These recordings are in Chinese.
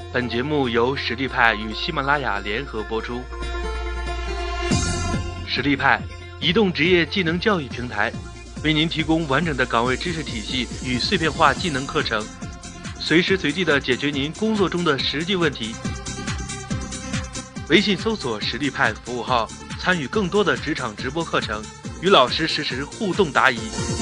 本节目由实力派与喜马拉雅联合播出。实力派移动职业技能教育平台，为您提供完整的岗位知识体系与碎片化技能课程，随时随地的解决您工作中的实际问题。微信搜索实力派服务号，参与更多的职场直播课程，与老师实时互动答疑。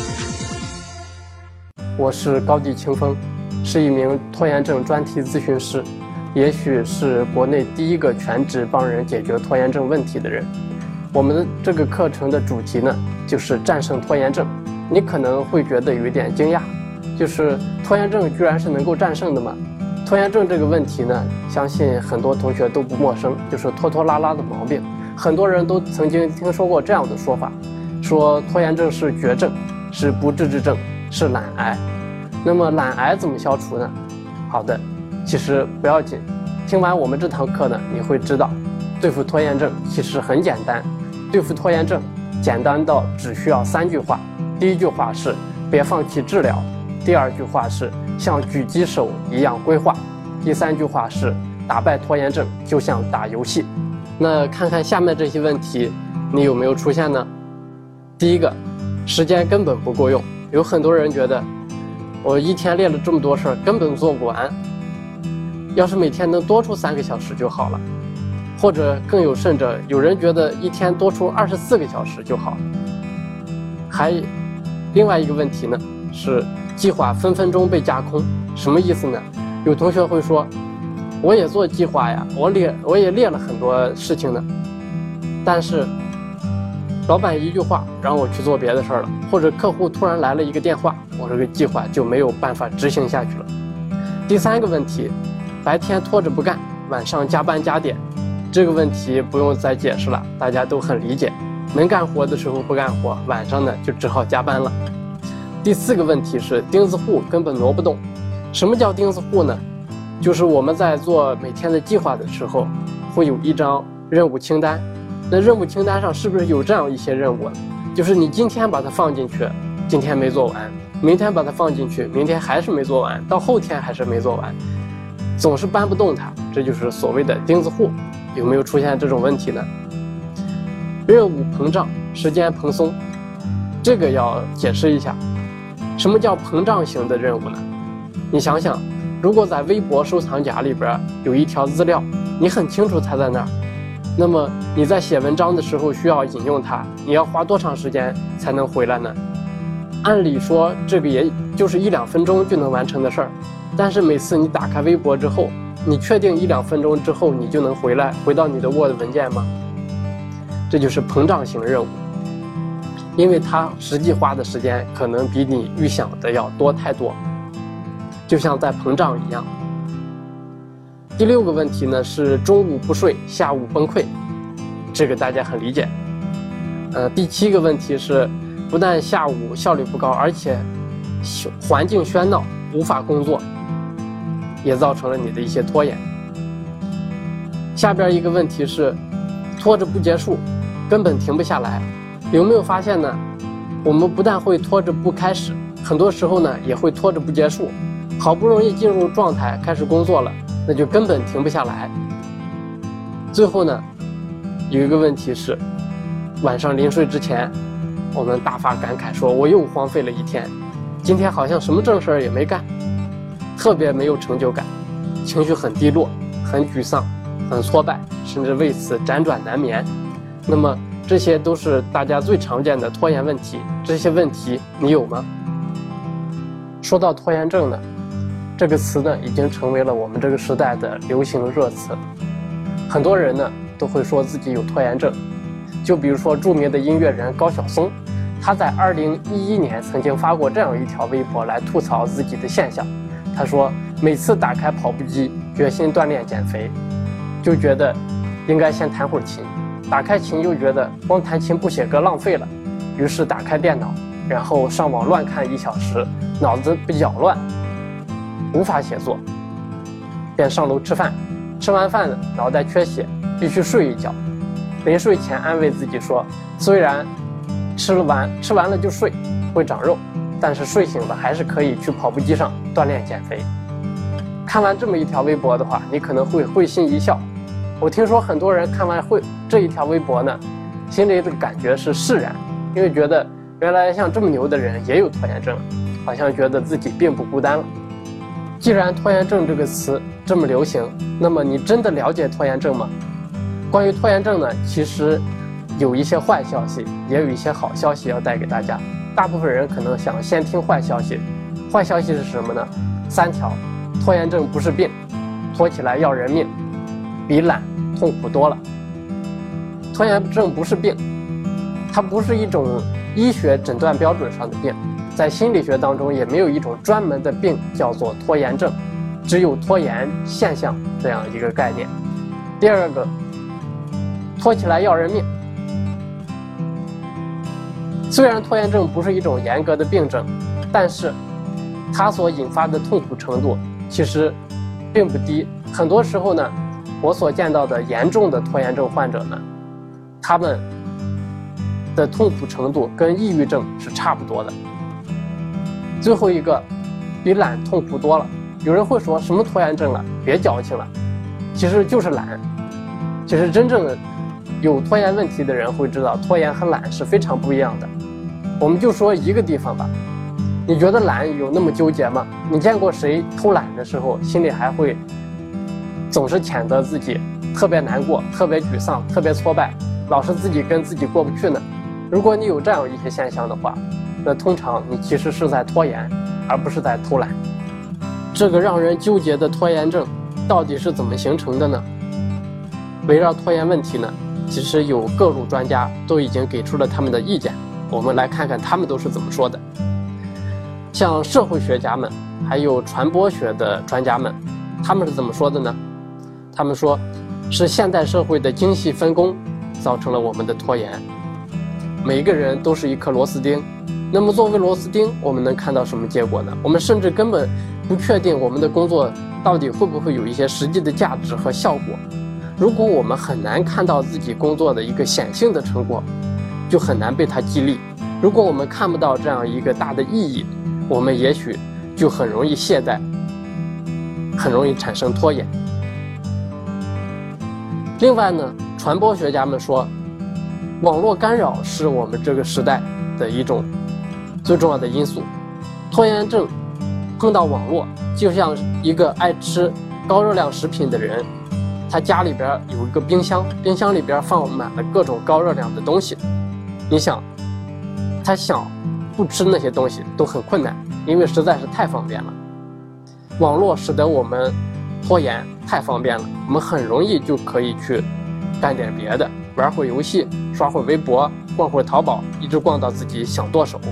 我是高地清风，是一名拖延症专题咨询师，也许是国内第一个全职帮人解决拖延症问题的人。我们的这个课程的主题呢，就是战胜拖延症。你可能会觉得有一点惊讶，就是拖延症居然是能够战胜的吗？拖延症这个问题呢，相信很多同学都不陌生，就是拖拖拉拉的毛病。很多人都曾经听说过这样的说法，说拖延症是绝症，是不治之症，是懒癌。那么懒癌怎么消除呢？好的，其实不要紧，听完我们这堂课呢，你会知道对付拖延症其实很简单。对付拖延症简单到只需要3句话。第一句话是别放弃治疗，第二句话是像狙击手一样规划，第3句话是打败拖延症就像打游戏。那看看下面这些问题你有没有出现呢？第一个，时间根本不够用。有很多人觉得我一天列了这么多事儿根本做不完，要是每天能多出3个小时就好了。或者更有甚者，有人觉得一天多出24个小时就好。还另外一个问题呢，是计划分分钟被架空。什么意思呢？有同学会说，我也做计划呀，我也列了很多事情呢，但是老板一句话让我去做别的事儿了，或者客户突然来了一个电话，我这个计划就没有办法执行下去了。第3个问题，白天拖着不干，晚上加班加点。这个问题不用再解释了，大家都很理解。能干活的时候不干活，晚上呢就只好加班了。第4个问题是钉子户根本挪不动。什么叫钉子户呢？就是我们在做每天的计划的时候，会有一张任务清单。那任务清单上是不是有这样一些任务？就是你今天把它放进去，今天没做完；明天把它放进去，明天还是没做完；到后天还是没做完，总是搬不动它，这就是所谓的钉子户。有没有出现这种问题呢？任务膨胀，时间蓬松，这个要解释一下。什么叫膨胀型的任务呢？你想想，如果在微博收藏夹里边有一条资料，你很清楚它在那儿，那么你在写文章的时候需要引用它，你要花多长时间才能回来呢？按理说这个也就是1-2分钟就能完成的事儿，但是每次你打开微博之后，你确定1-2分钟之后你就能回到你的 Word 文件吗？这就是膨胀型任务，因为它实际花的时间可能比你预想的要多太多，就像在膨胀一样。第6个问题呢是中午不睡，下午崩溃，这个大家很理解。第7个问题是不但下午效率不高，而且环境喧闹，无法工作，也造成了你的一些拖延。下边一个问题是拖着不结束，根本停不下来。有没有发现呢？我们不但会拖着不开始，很多时候呢也会拖着不结束。好不容易进入状态开始工作了，那就根本停不下来。最后呢，有一个问题是晚上临睡之前，我们大发感慨说我又荒废了一天，今天好像什么正事儿也没干，特别没有成就感，情绪很低落，很沮丧，很挫败，甚至为此辗转难眠。那么这些都是大家最常见的拖延问题，这些问题你有吗？说到拖延症呢，这个词呢已经成为了我们这个时代的流行热词。很多人呢都会说自己有拖延症，就比如说著名的音乐人高晓松，他在2011年曾经发过这样一条微博来吐槽自己的现象。他说每次打开跑步机，决心锻炼减肥，就觉得应该先弹会儿琴，打开琴又觉得光弹琴不写歌浪费了，于是打开电脑，然后上网乱看1小时，脑子被搅乱，无法写作，便上楼吃饭，吃完饭脑袋缺血，必须睡一觉。临睡前安慰自己说，虽然吃完了就睡，会长肉，但是睡醒了还是可以去跑步机上锻炼减肥。 看完这么一条微博的话，你可能会会心一笑。我听说很多人看完这一条微博呢，心里的感觉是释然，因为觉得原来像这么牛的人也有拖延症，好像觉得自己并不孤单了。既然拖延症这个词这么流行，那么你真的了解拖延症吗？关于拖延症呢，其实有一些坏消息，也有一些好消息要带给大家。大部分人可能想先听坏消息，坏消息是什么呢？3条：拖延症不是病，拖起来要人命，比懒痛苦多了。拖延症不是病，它不是一种医学诊断标准上的病，在心理学当中也没有一种专门的病叫做拖延症，只有拖延现象这样一个概念。第二个，拖起来要人命。虽然拖延症不是一种严格的病症，但是它所引发的痛苦程度其实并不低。很多时候呢，我所见到的严重的拖延症患者呢，他们的痛苦程度跟抑郁症是差不多的。最后一个，比懒痛苦多了。有人会说什么拖延症了，别矫情了，其实就是懒。其实真正有拖延问题的人会知道，拖延和懒是非常不一样的。我们就说一个地方吧，你觉得懒有那么纠结吗？你见过谁偷懒的时候心里还会总是谴责自己，特别难过，特别沮丧，特别挫败，老是自己跟自己过不去呢？如果你有这样一些现象的话，那通常你其实是在拖延，而不是在偷懒。这个让人纠结的拖延症到底是怎么形成的呢？围绕拖延问题呢，其实有各路专家都已经给出了他们的意见，我们来看看他们都是怎么说的。像社会学家们还有传播学的专家们，他们是怎么说的呢？他们说是现代社会的精细分工造成了我们的拖延。每一个人都是一颗螺丝钉，那么作为螺丝钉，我们能看到什么结果呢？我们甚至根本不确定我们的工作到底会不会有一些实际的价值和效果。如果我们很难看到自己工作的一个显性的成果，就很难被它激励。如果我们看不到这样一个大的意义，我们也许就很容易懈怠，很容易产生拖延。另外呢，传播学家们说，网络干扰是我们这个时代的一种最重要的因素。拖延症碰到网络，就像一个爱吃高热量食品的人，他家里边有一个冰箱，冰箱里边放满了各种高热量的东西。你想，他想不吃那些东西都很困难，因为实在是太方便了。网络使得我们拖延太方便了，我们很容易就可以去干点别的，玩会儿游戏，刷会儿微博，逛会儿淘宝，一直逛到自己想剁手。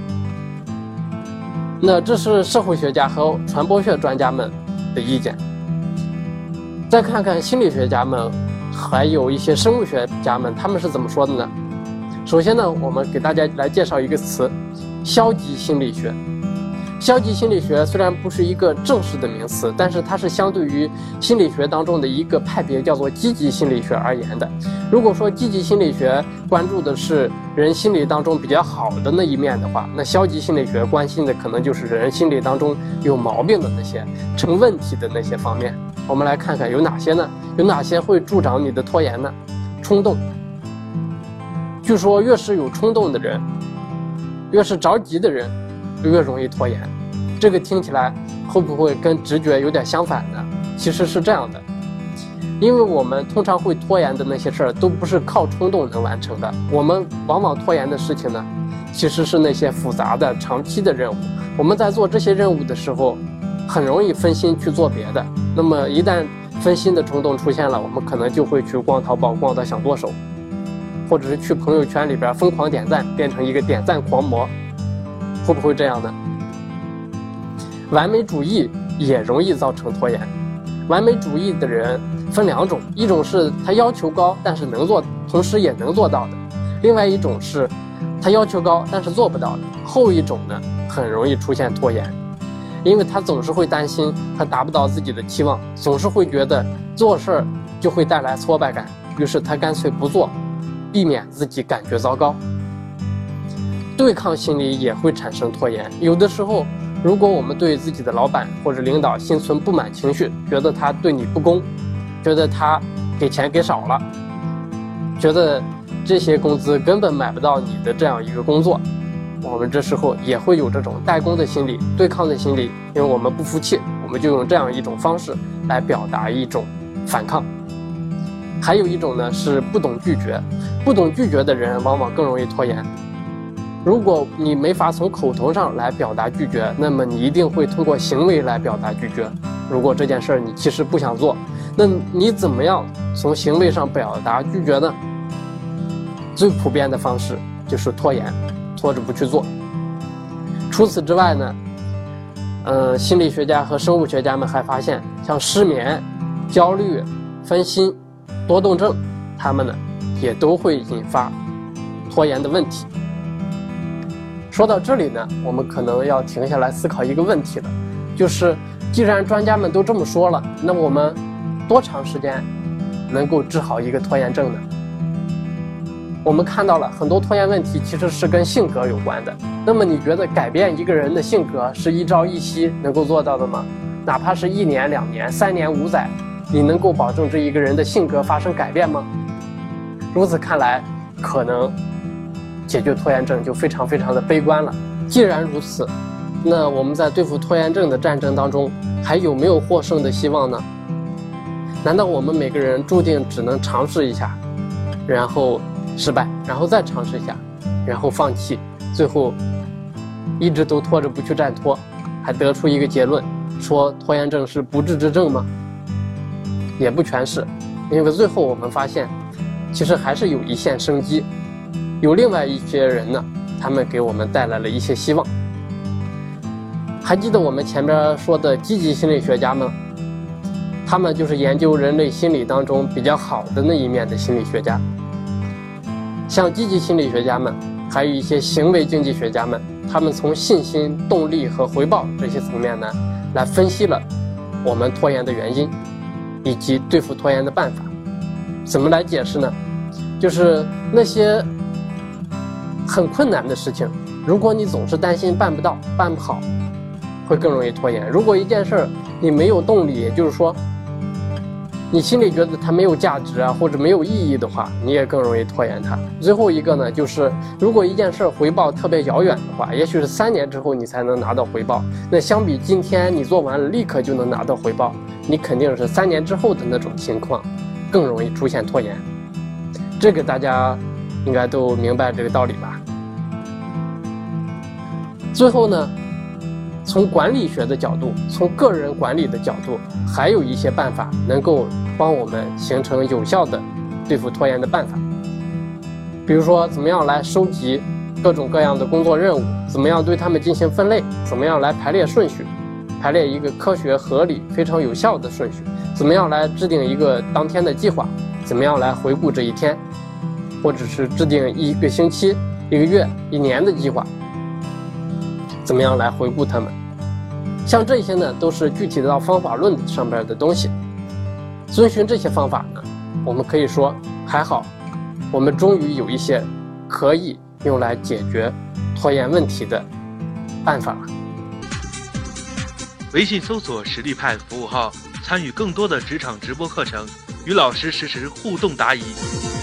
那这是社会学家和传播学专家们的意见。再看看心理学家们还有一些生物学家们，他们是怎么说的呢？首先呢，我们给大家来介绍一个词，消极心理学。消极心理学虽然不是一个正式的名词，但是它是相对于心理学当中的一个派别，叫做积极心理学而言的。如果说积极心理学关注的是人心理当中比较好的那一面的话，那消极心理学关心的可能就是人心理当中有毛病的那些、成问题的那些方面。我们来看看有哪些呢？有哪些会助长你的拖延呢？冲动。据说越是有冲动的人，越是着急的人，就越容易拖延。这个听起来会不会跟直觉有点相反呢？其实是这样的，因为我们通常会拖延的那些事儿都不是靠冲动能完成的，我们往往拖延的事情呢，其实是那些复杂的长期的任务。我们在做这些任务的时候，很容易分心去做别的。那么一旦分心的冲动出现了，我们可能就会去逛淘宝，逛到想剁手，或者是去朋友圈里边疯狂点赞，变成一个点赞狂魔。会不会这样呢？完美主义也容易造成拖延。完美主义的人分两种，一种是他要求高但是能做，同时也能做到的；另外一种是他要求高但是做不到的。后一种呢，很容易出现拖延，因为他总是会担心他达不到自己的期望，总是会觉得做事儿就会带来挫败感，于是他干脆不做，避免自己感觉糟糕。对抗心理也会产生拖延。有的时候，我们的拖延是来自于我们的内心， 如果我们对自己的老板或者领导心存不满情绪，觉得他对你不公，觉得他给钱给少了，觉得这些工资根本买不到你的这样一个工作，我们这时候也会有这种怠工的心理、对抗的心理，因为我们不服气，我们就用这样一种方式来表达一种反抗。还有一种呢是不懂拒绝，不懂拒绝的人往往更容易拖延。如果你没法从口头上来表达拒绝，那么你一定会通过行为来表达拒绝。如果这件事你其实不想做，那你怎么样从行为上表达拒绝呢？最普遍的方式就是拖延，拖着不去做。除此之外呢，心理学家和生物学家们还发现，像失眠、焦虑、分心、多动症，他们呢也都会引发拖延的问题。说到这里呢，我们可能要停下来思考一个问题了，就是既然专家们都这么说了，那我们多长时间能够治好一个拖延症呢？我们看到了很多拖延问题其实是跟性格有关的。那么你觉得改变一个人的性格是一朝一夕能够做到的吗？哪怕是1年、2年、3年、5载，你能够保证这一个人的性格发生改变吗？如此看来，可能解决拖延症就非常的悲观了。既然如此，那我们在对付拖延症的战争当中，还有没有获胜的希望呢？难道我们每个人注定只能尝试一下，然后失败，然后再尝试一下，然后放弃，最后一直都拖着不去战拖，还得出一个结论，说拖延症是不治之症吗？也不全是，因为最后我们发现，其实还是有一线生机，有另外一些人呢，他们给我们带来了一些希望。还记得我们前边说的积极心理学家吗？他们就是研究人类心理当中比较好的那一面的心理学家。像积极心理学家们，还有一些行为经济学家们，他们从信心、动力和回报这些层面呢，来分析了我们拖延的原因，以及对付拖延的办法。怎么来解释呢？就是那些很困难的事情，如果你总是担心办不到、办不好，会更容易拖延。如果一件事儿你没有动力，也就是说你心里觉得它没有价值啊，或者没有意义的话，你也更容易拖延它。最后一个呢，就是如果一件事回报特别遥远的话，也许是3年之后你才能拿到回报，那相比今天你做完了立刻就能拿到回报，你肯定是3年之后的那种情况更容易出现拖延。这个大家应该都明白这个道理吧。最后呢，从管理学的角度，从个人管理的角度，还有一些办法能够帮我们形成有效的对付拖延的办法。比如说，怎么样来收集各种各样的工作任务，怎么样对他们进行分类，怎么样来排列顺序，排列一个科学合理非常有效的顺序，怎么样来制定一个当天的计划，怎么样来回顾这一天，或者是制定1个星期、1个月、1年的计划，怎么样来回顾它们。像这些呢，都是具体到方法论上边的东西。遵循这些方法呢，我们可以说还好，我们终于有一些可以用来解决拖延问题的办法了。 微信搜索实力派服务号，参与更多的职场直播课程，与老师实时互动答疑。